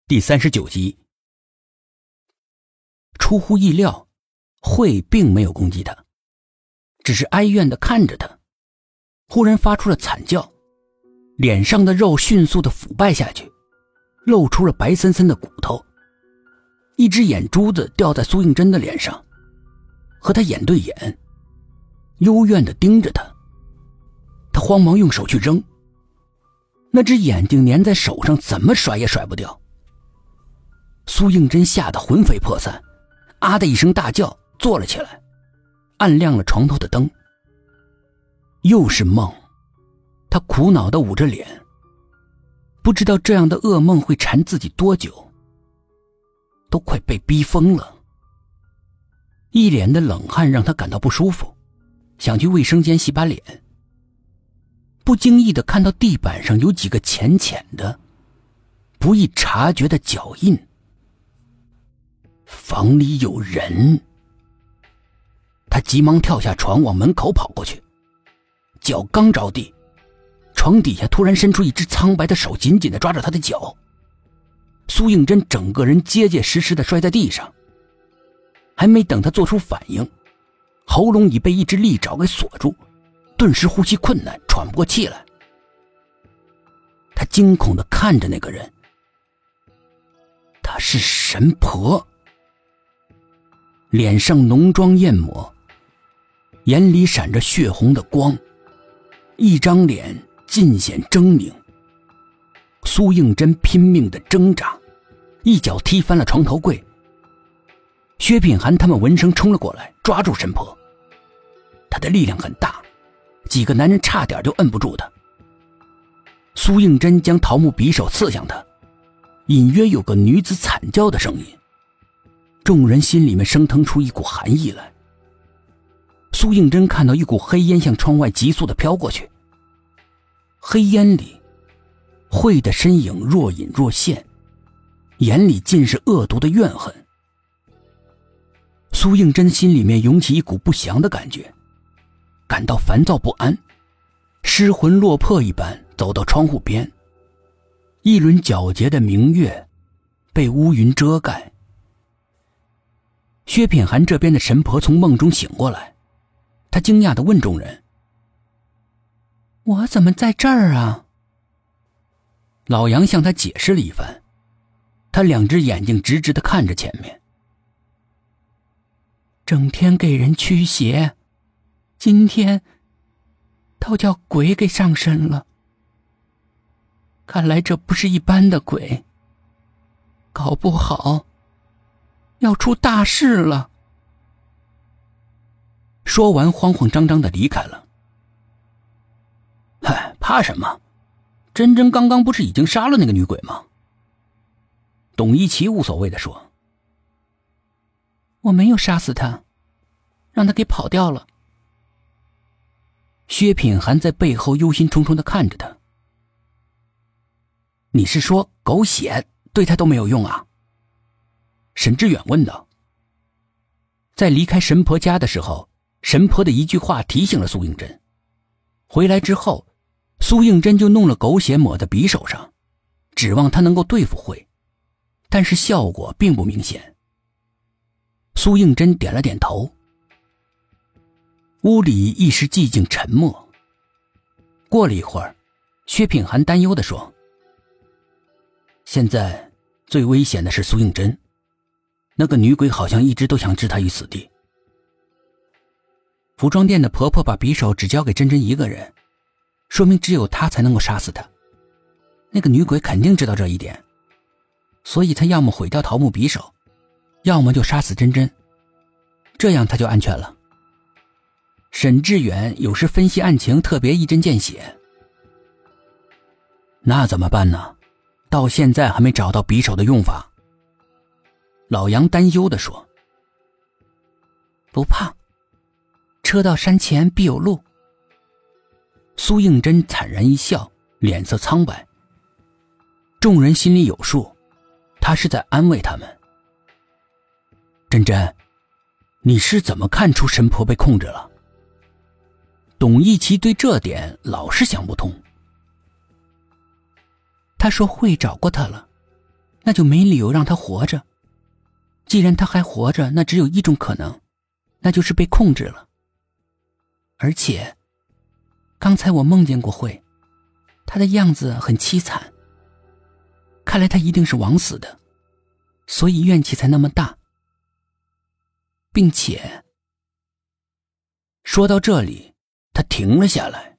第39集。出乎意料，慧并没有攻击他，只是哀怨地看着他，忽然发出了惨叫，脸上的肉迅速地腐败下去，露出了白森森的骨头，一只眼珠子掉在苏应真的脸上，和他眼对眼，幽怨地盯着他。他慌忙用手去扔，那只眼睛粘在手上，怎么甩也甩不掉。苏应真吓得魂飞魄散，啊的一声大叫，坐了起来，按亮了床头的灯。又是梦，他苦恼地捂着脸，不知道这样的噩梦会缠自己多久，都快被逼疯了。一脸的冷汗让他感到不舒服，想去卫生间洗把脸。不经意地看到地板上有几个浅浅的、不易察觉的脚印。房里有人，他急忙跳下床往门口跑过去，脚刚着地，床底下突然伸出一只苍白的手，紧紧地抓着他的脚。苏应真整个人结结实实地摔在地上，还没等他做出反应，喉咙已被一只利爪给锁住，顿时呼吸困难，喘不过气来。他惊恐地看着那个人，她是神婆，脸上浓妆艳抹，眼里闪着血红的光，一张脸尽显狰狞。苏应真拼命地挣扎，一脚踢翻了床头柜。薛品涵他们闻声冲了过来，抓住神婆。他的力量很大，几个男人差点就摁不住他。苏应真将桃木匕首刺向他，隐约有个女子惨叫的声音，众人心里面升腾出一股寒意来。苏应真看到一股黑烟向窗外急速地飘过去，黑烟里慧的身影若隐若现，眼里尽是恶毒的怨恨。苏应真心里面涌起一股不祥的感觉，感到烦躁不安，失魂落魄一般走到窗户边。一轮皎洁的明月被乌云遮盖。薛品涵这边的神婆从梦中醒过来，她惊讶地问众人：我怎么在这儿啊？老杨向他解释了一番，他两只眼睛直直地看着前面。整天给人驱邪，今天倒叫鬼给上身了。看来这不是一般的鬼，搞不好要出大事了。说完慌慌张张地离开了。嗨，怕什么？真真刚刚不是已经杀了那个女鬼吗？董一奇无所谓地说：我没有杀死她，让她给跑掉了。薛品涵在背后忧心忡忡地看着他。你是说狗血对他都没有用啊？沈志远问道。在离开神婆家的时候，神婆的一句话提醒了苏应真。回来之后，苏应真就弄了狗血抹在匕首上，指望他能够对付慧，但是效果并不明显。苏应真点了点头。屋里一时寂静沉默。过了一会儿，薛品涵担忧地说：现在最危险的是苏应真，那个女鬼好像一直都想置她于死地。服装店的婆婆把匕首只交给真真一个人，说明只有她才能够杀死她。那个女鬼肯定知道这一点，所以她要么毁掉桃木匕首，要么就杀死真真，这样她就安全了。沈志远有时分析案情特别一针见血。那怎么办呢？到现在还没找到匕首的用法。老杨担忧地说：不怕，车到山前必有路。苏应真惨然一笑，脸色苍白。众人心里有数，他是在安慰他们。真真，你是怎么看出神婆被控制了？董一奇对这点老是想不通。他说慧找过他了， 那就没理由让他活着。既然他还活着，那只有一种可能，那就是被控制了。而且刚才我梦见过慧，她的样子很凄惨，看来她一定是枉死的，所以怨气才那么大。并且说到这里，他停了下来，